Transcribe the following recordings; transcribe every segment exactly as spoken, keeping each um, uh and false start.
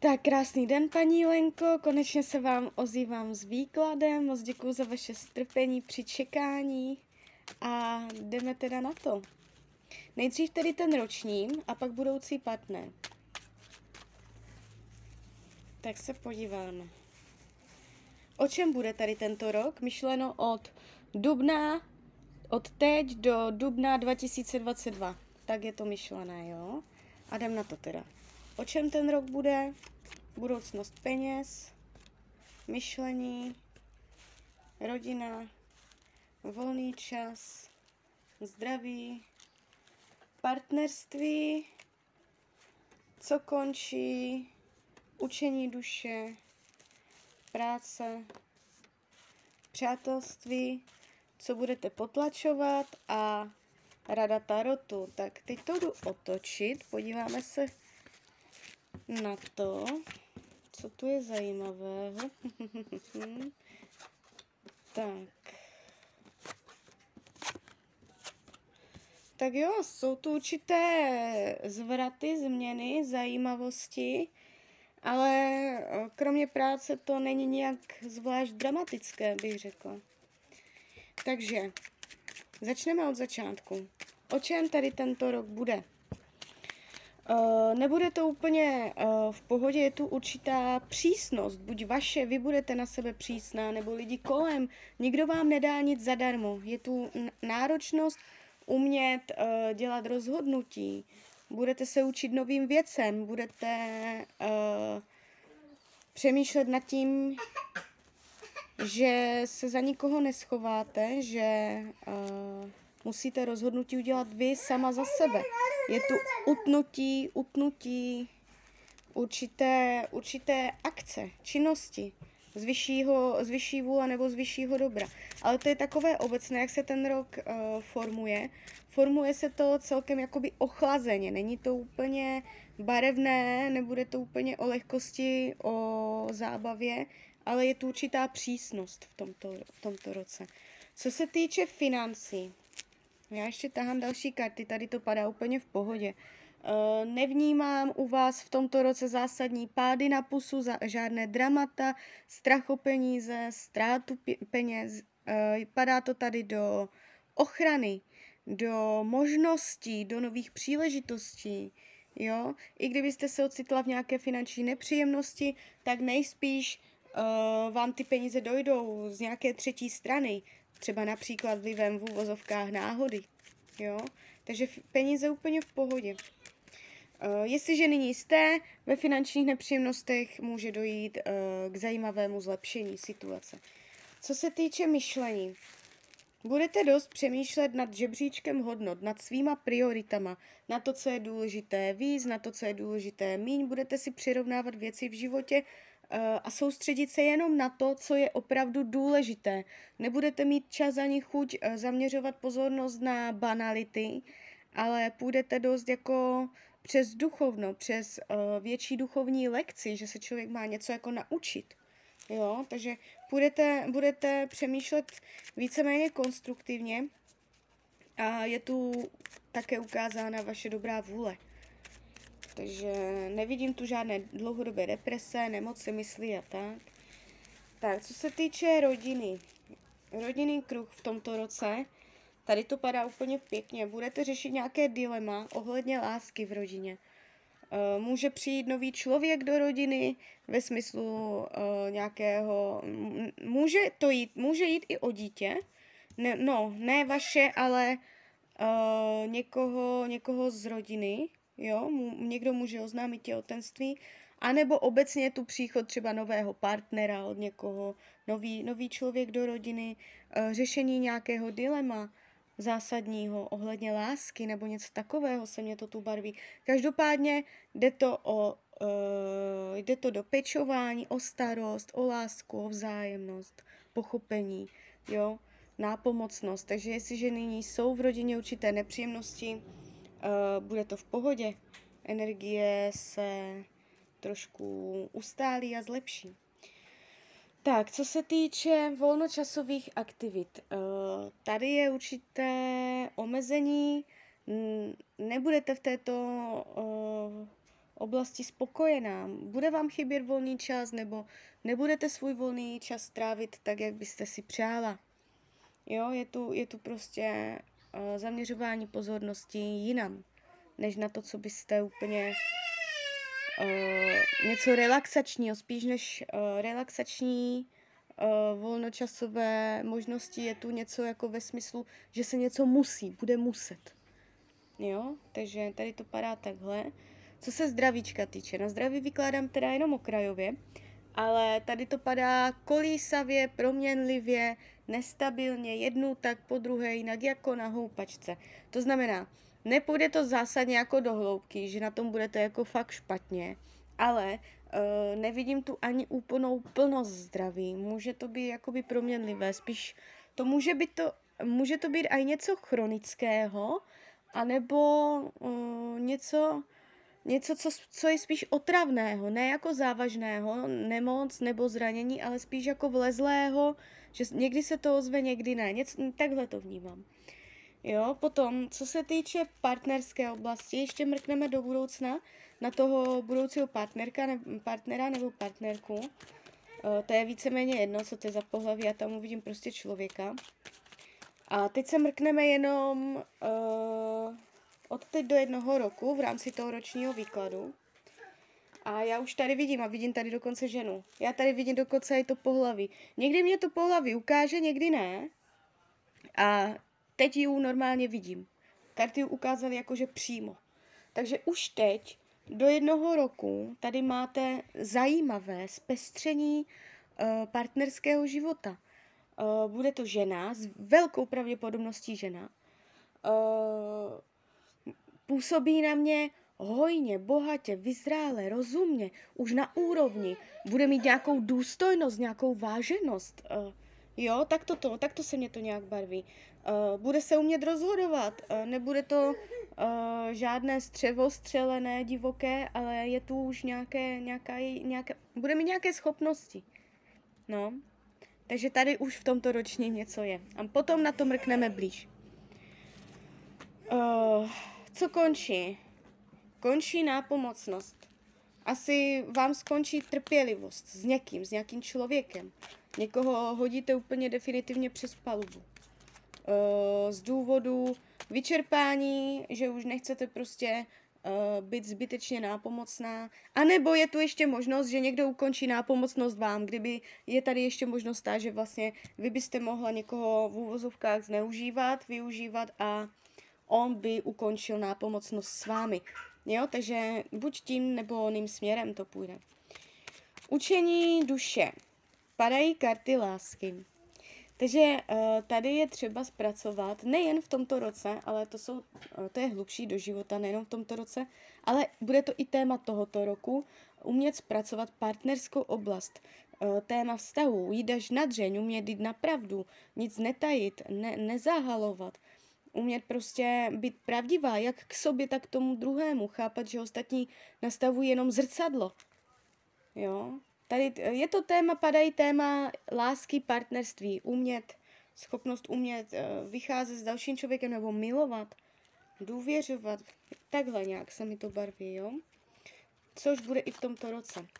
Tak krásný den, paní Lenko, konečně se vám ozývám s výkladem, moc děkuji za vaše strpení při čekání a jdeme teda na to. Nejdřív tedy ten roční a pak budoucí partner. Tak se podíváme. O čem bude tady tento rok? Myšleno od dubna, od teď do dubna dva tisíce dvacet dva. Tak je to myšlené, jo? A jdem na to teda. O čem ten rok bude? Budoucnost peněz, myšlení, rodina, volný čas, zdraví, partnerství, co končí, učení duše, práce, přátelství, co budete potlačovat a rada tarotu. Tak teď to jdu otočit, podíváme se na to, co tu je zajímavého. Tak. Tak jo, jsou tu určité zvraty, změny, zajímavosti, ale kromě práce to není nějak zvlášť dramatické, bych řekla. Takže začneme od začátku. O čem tady tento rok bude? Uh, nebude to úplně uh, v pohodě, je tu určitá přísnost, buď vaše, vy budete na sebe přísná, nebo lidi kolem, nikdo vám nedá nic zadarmo, je tu náročnost umět uh, dělat rozhodnutí, budete se učit novým věcem, budete uh, přemýšlet nad tím, že se za nikoho neschováte, že uh, musíte rozhodnutí udělat vy sama za sebe. Je tu utnutí, utnutí, určité, určité akce, činnosti z vyššího, z vyšší vůle nebo z vyššího dobra. Ale to je takové obecné, jak se ten rok uh, formuje. Formuje se to celkem jakoby ochlazeně, není to úplně barevné, nebude to úplně o lehkosti, o zábavě, ale je tu určitá přísnost v tomto, v tomto roce. Co se týče financí, já ještě tahám další karty, tady to padá úplně v pohodě. Uh, nevnímám u vás v tomto roce zásadní pády na pusu, za, žádné dramata, strach o peníze, ztrátu peněz. Uh, padá to tady do ochrany, do možností, do nových příležitostí. Jo? I kdybyste se ocitla v nějaké finanční nepříjemnosti, tak nejspíš uh, vám ty peníze dojdou z nějaké třetí strany. Třeba například vlivem v úvozovkách náhody. Jo? Takže peníze úplně v pohodě. Uh, jestliže nyní jste ve finančních nepříjemnostech, může dojít uh, k zajímavému zlepšení situace. Co se týče myšlení, budete dost přemýšlet nad žebříčkem hodnot, nad svýma prioritama, na to, co je důležité víc, na to, co je důležité míň. Budete si přirovnávat věci v životě a soustředit se jenom na to, co je opravdu důležité. Nebudete mít čas ani chuť zaměřovat pozornost na banality, ale půjdete dost jako přes duchovno, přes větší duchovní lekci, že se člověk má něco jako naučit. Jo, takže budete, budete přemýšlet víceméně konstruktivně a je tu také ukázána vaše dobrá vůle. Takže nevidím tu žádné dlouhodobé deprese, nemoci mysli a tak. Tak, co se týče rodiny. Rodinný kruh v tomto roce, tady to padá úplně pěkně. Budete řešit nějaké dilema ohledně lásky v rodině. Může přijít nový člověk do rodiny ve smyslu uh, nějakého, může to jít, může jít i o dítě, ne, no, ne vaše, ale uh, někoho, někoho z rodiny, jo, někdo může oznámit těhotenství, anebo obecně tu příchod třeba nového partnera od někoho, nový, nový člověk do rodiny, uh, řešení nějakého dilema zásadního ohledně lásky nebo něco takového se mě to tu barví. Každopádně jde to o uh, jde to do pečování, o starost, o lásku, o vzájemnost, pochopení, jo, nápomocnost. Takže jestliže nyní jsou v rodině určité nepříjemnosti, uh, bude to v pohodě. Energie se trošku ustálí a zlepší. Tak, co se týče volnočasových aktivit, tady je určité omezení, nebudete v této oblasti spokojená. Bude vám chybět volný čas, nebo nebudete svůj volný čas trávit tak, jak byste si přála. Jo, je tu, je tu prostě uh, zaměřování pozornosti jinam, než na to, co byste úplně uh, něco relaxačního, spíš než uh, relaxační uh, volnočasové možnosti je tu něco jako ve smyslu, že se něco musí, bude muset. Jo, takže tady to padá takhle. Co se zdravíčka týče, na zdraví vykládám teda jenom okrajově, ale tady to padá kolísavě, proměnlivě, nestabilně, jednu tak po druhé, jinak jako na houpačce. To znamená, nepůjde to zásadně jako do hloubky, že na tom budete jako fakt špatně, ale uh, nevidím tu ani úplnou plnost zdraví. Může to být jakoby proměnlivé, spíš to může být to, může to být i něco chronického, anebo uh, něco, něco co, co je spíš otravného, ne jako závažného, nemoc nebo zranění, ale spíš jako vlezlého, že někdy se to ozve, někdy ne. Něco, takhle to vnímám. Jo, potom, co se týče partnerské oblasti, ještě mrkneme do budoucna na toho budoucího partnerka, ne, partnera nebo partnerku. Uh, to je víceméně jedno, co to je za pohlaví, já tam uvidím prostě člověka. A teď se mrkneme jenom uh, od teď do jednoho roku v rámci toho ročního výkladu. A já už tady vidím a vidím tady dokonce ženu. Já tady vidím dokonce i to pohlaví. Někdy mě to pohlaví ukáže, někdy ne. A teď ji normálně vidím. Karty ji ukázaly jakože přímo. Takže už teď do jednoho roku tady máte zajímavé zpestření uh, partnerského života. Uh, bude to žena, s velkou pravděpodobností žena. Uh, působí na mě hojně, bohatě, vyzrále, rozumně, už na úrovni. Bude mít nějakou důstojnost, nějakou váženost. Uh, jo, tak to, to, tak to se mě to nějak barví. Uh, bude se umět rozhodovat. Uh, nebude to uh, žádné střevo střelené, divoké, ale je tu už nějaké, nějaká, nějaké, bude mít nějaké schopnosti. No. Takže tady už v tomto ročním něco je. A potom na to mrkneme blíž. Uh, co končí? Končí nápomocnost. Asi vám skončí trpělivost s někým, s nějakým člověkem. Někoho hodíte úplně definitivně přes palubu. Uh, z důvodu vyčerpání, že už nechcete prostě uh, být zbytečně nápomocná. A nebo je tu ještě možnost, že někdo ukončí nápomocnost vám, kdyby je tady ještě možnost ta, že vlastně vy byste mohla někoho v úvozovkách zneužívat, využívat a on by ukončil nápomocnost s vámi. Jo, takže buď tím nebo oným směrem to půjde. Učení duše. Padají karty lásky. Takže uh, tady je třeba zpracovat nejen v tomto roce, ale to, jsou, uh, to je hlubší do života, nejenom v tomto roce, ale bude to i téma tohoto roku, umět zpracovat partnerskou oblast, uh, téma vztahu, jít až na dřeň, umět jít na pravdu, nic netajit, ne, nezahalovat, umět prostě být pravdivá, jak k sobě, tak k tomu druhému, chápat, že ostatní nastavují jenom zrcadlo. Jo? Tady je to téma, padají téma lásky, partnerství, umět, schopnost umět uh, vycházet s dalším člověkem nebo milovat, důvěřovat, takhle nějak se mi to barví, jo? Což bude i v tomto roce. Uh,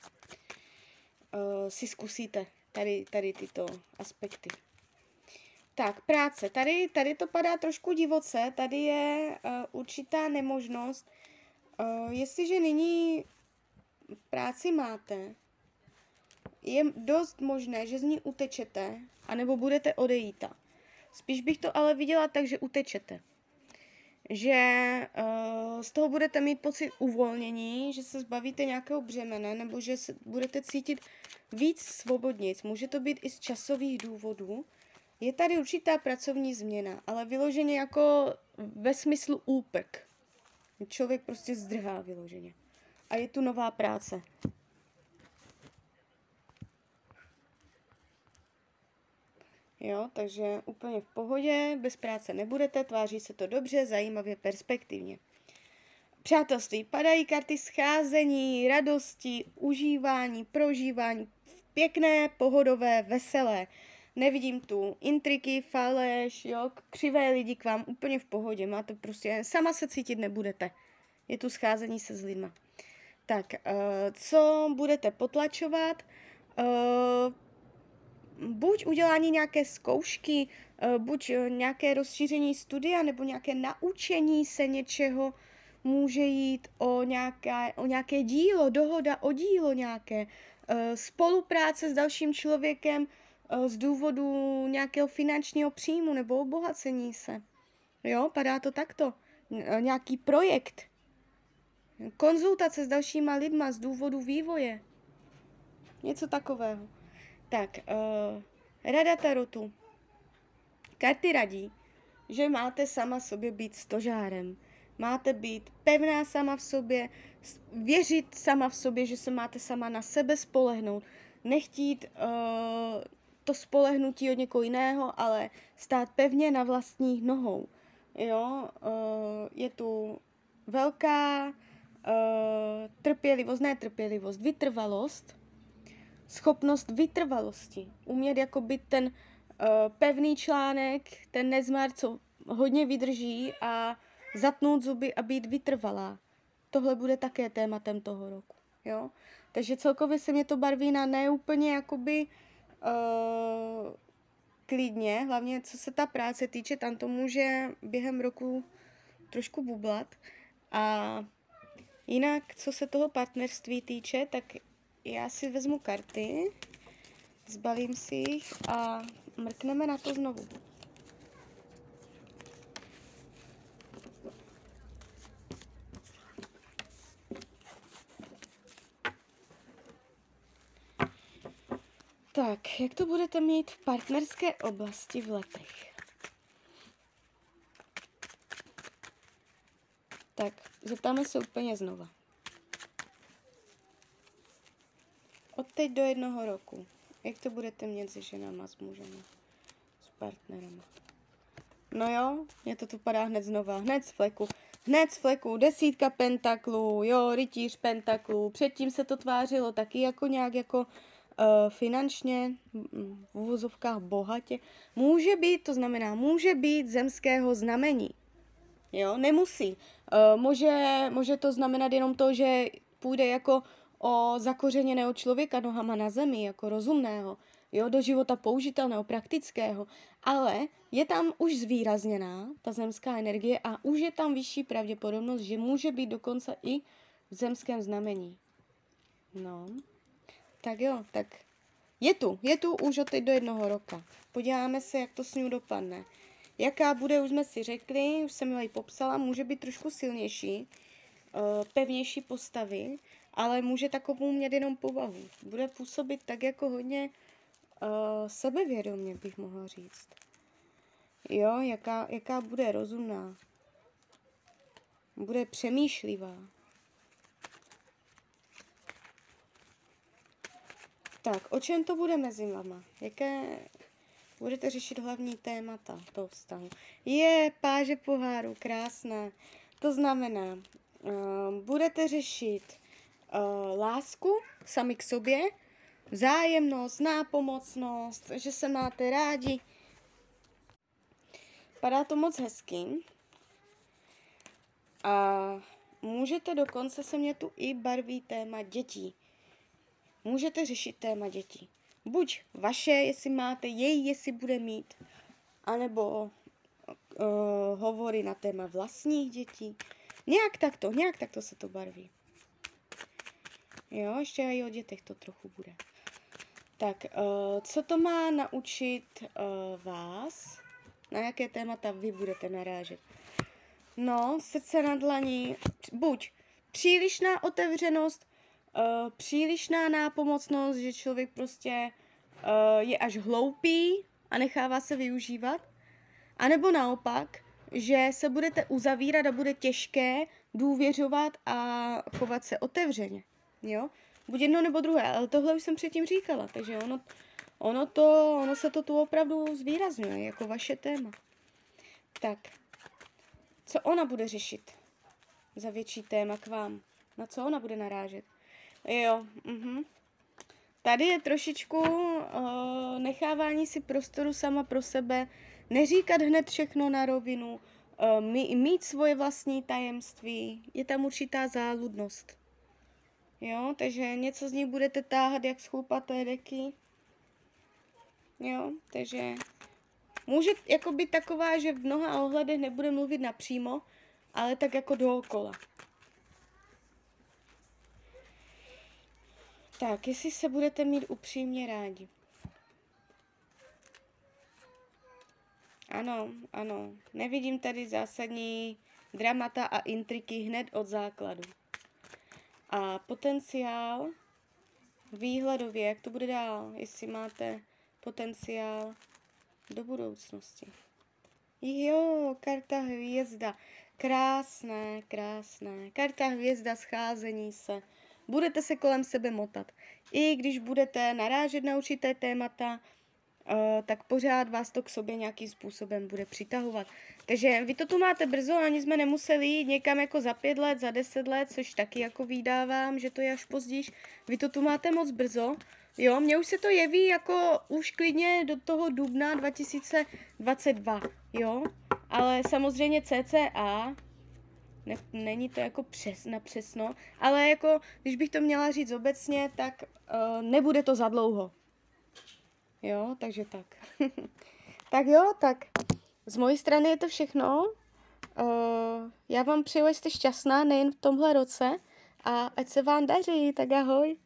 si zkusíte tady, tady tyto aspekty. Tak, práce. Tady, tady to padá trošku divoce, tady je uh, určitá nemožnost. Uh, jestliže nyní práci máte, je dost možné, že z ní utečete, anebo budete odejíta. Spíš bych to ale viděla tak, že utečete. Že uh, z toho budete mít pocit uvolnění, že se zbavíte nějakého břemene, nebo že se budete cítit víc svobodnic. Může to být i z časových důvodů. Je tady určitá pracovní změna, ale vyloženě jako ve smyslu úpek. Člověk prostě zdrhá vyloženě. A je tu nová práce. Jo, takže úplně v pohodě, bez práce nebudete, tváří se to dobře, zajímavě, perspektivně. Přátelství, padají karty scházení, radosti, užívání, prožívání, pěkné, pohodové, veselé. Nevidím tu intriky, faleš, jo, křivé lidi k vám úplně v pohodě, máte prostě, sama se cítit nebudete. Je tu scházení se s lidma. Tak, uh, co budete potlačovat? Uh, buď udělání nějaké zkoušky, uh, buď uh, nějaké rozšíření studia, nebo nějaké naučení se něčeho, může jít o nějaké, o nějaké dílo, dohoda o dílo nějaké, uh, spolupráce s dalším člověkem uh, z důvodu nějakého finančního příjmu nebo obohacení se. Jo, padá to takto. N- nějaký projekt. Konzultace s dalšíma lidma z důvodu vývoje. Něco takového. Tak, uh, rada tarotu. Karty radí, že máte sama sobě být stožárem. Máte být pevná sama v sobě, věřit sama v sobě, že se máte sama na sebe spolehnout. Nechtít uh, to spolehnutí od někoho jiného, ale stát pevně na vlastních nohou. Jo, uh, je tu velká uh, trpělivost, ne trpělivost, vytrvalost, schopnost vytrvalosti. Umět jako být ten uh, pevný článek, ten nezmar, co hodně vydrží a zatnout zuby a být vytrvalá. Tohle bude také tématem toho roku. Jo? Takže celkově se mě to barví na neúplně jakoby uh, klidně, hlavně co se ta práce týče, tam to může během roku trošku bublat. A jinak, co se toho partnerství týče, tak já si vezmu karty, zbalím si jich a mrkneme na to znovu. Tak, jak to budete mít v partnerské oblasti v letech? Tak, zeptáme se úplně znova. Od teď do jednoho roku. Jak to budete mít se ženama, s mužema, s partnerama? No jo, mě to tu padá hned znova, hned z fleku. Hned z fleku, desítka pentaklů, jo, rytíř pentaklů. Předtím se to tvářilo taky jako nějak jako uh, finančně, v uvozovkách bohatě. Může být, to znamená, může být zemského znamení. Jo, nemusí. Uh, může, může to znamenat jenom to, že půjde jako o zakořeněného člověka nohama na zemi, jako rozumného, jo, do života použitelného, praktického, ale je tam už zvýrazněná ta zemská energie a už je tam vyšší pravděpodobnost, že může být dokonce i v zemském znamení. No, tak jo, tak je tu, je tu už od teď do jednoho roka. Podíváme se, jak to s ní dopadne. Jaká bude, už jsme si řekli, už jsem ji popsala, může být trošku silnější, pevnější postavy, ale může takovou mít jenom povahu. Bude působit tak jako hodně uh, sebevědomě, bych mohla říct. Jo, jaká, jaká bude rozumná. Bude přemýšlivá. Tak, o čem to bude mezi váma? Jaké budete řešit hlavní témata toho vztahu? Je páže poháru, krásná. To znamená, uh, budete řešit uh, lásku sami k sobě, vzájemnost, nápomocnost, že se máte rádi. Padá to moc hezky. A můžete dokonce, se mě tu i barví téma dětí. Můžete řešit téma dětí. Buď vaše, jestli máte, její, jestli bude mít, anebo uh, hovory na téma vlastních dětí. Nějak takto, nějak takto se to barví. Jo, ještě i o dětech to trochu bude. Tak, uh, co to má naučit uh, vás? Na jaké témata vy budete narážet? No, srdce na dlaní, buď přílišná otevřenost, uh, přílišná nápomocnost, že člověk prostě uh, je až hloupý a nechává se využívat, anebo naopak, že se budete uzavírat a bude těžké důvěřovat a chovat se otevřeně. Jo? Buď jedno nebo druhé, ale tohle už jsem předtím říkala, takže ono, ono, to, ono se to tu opravdu zvýrazňuje jako vaše téma. Tak, co ona bude řešit za větší téma k vám? Na co ona bude narážet? Jo, mhm. Tady je trošičku uh, nechávání si prostoru sama pro sebe, neříkat hned všechno na rovinu, uh, mít svoje vlastní tajemství, je tam určitá záludnost. Jo, takže něco z nich budete táhat jak z chlupaté deky. Jo, takže může jako být taková, že v mnoha ohledech nebude mluvit napřímo, ale tak jako dookola. Tak, jestli se budete mít upřímně rádi. Ano, ano. Nevidím tady zásadní dramata a intriky hned od základu. A potenciál výhledově, jak to bude dál, jestli máte potenciál do budoucnosti. Jo, karta hvězda. Krásné, krásné. Karta hvězda, scházení se. Budete se kolem sebe motat. I když budete narážet na určité témata, Uh, tak pořád vás to k sobě nějakým způsobem bude přitahovat. Takže vy to tu máte brzo, ani jsme nemuseli jít někam jako za pět let, za deset let, což taky jako vydávám, že to je až později. Vy to tu máte moc brzo. Jo, mně už se to jeví jako už klidně do toho dubna dva tisíce dvacet dva, jo. Ale samozřejmě cca, ne, není to jako přes, na přesno, ale jako, když bych to měla říct obecně, tak uh, nebude to za dlouho. Jo, takže tak. Tak jo, tak z mojí strany je to všechno. Uh, já vám přeju, ať jste šťastná nejen v tomhle roce a ať se vám daří, tak ahoj.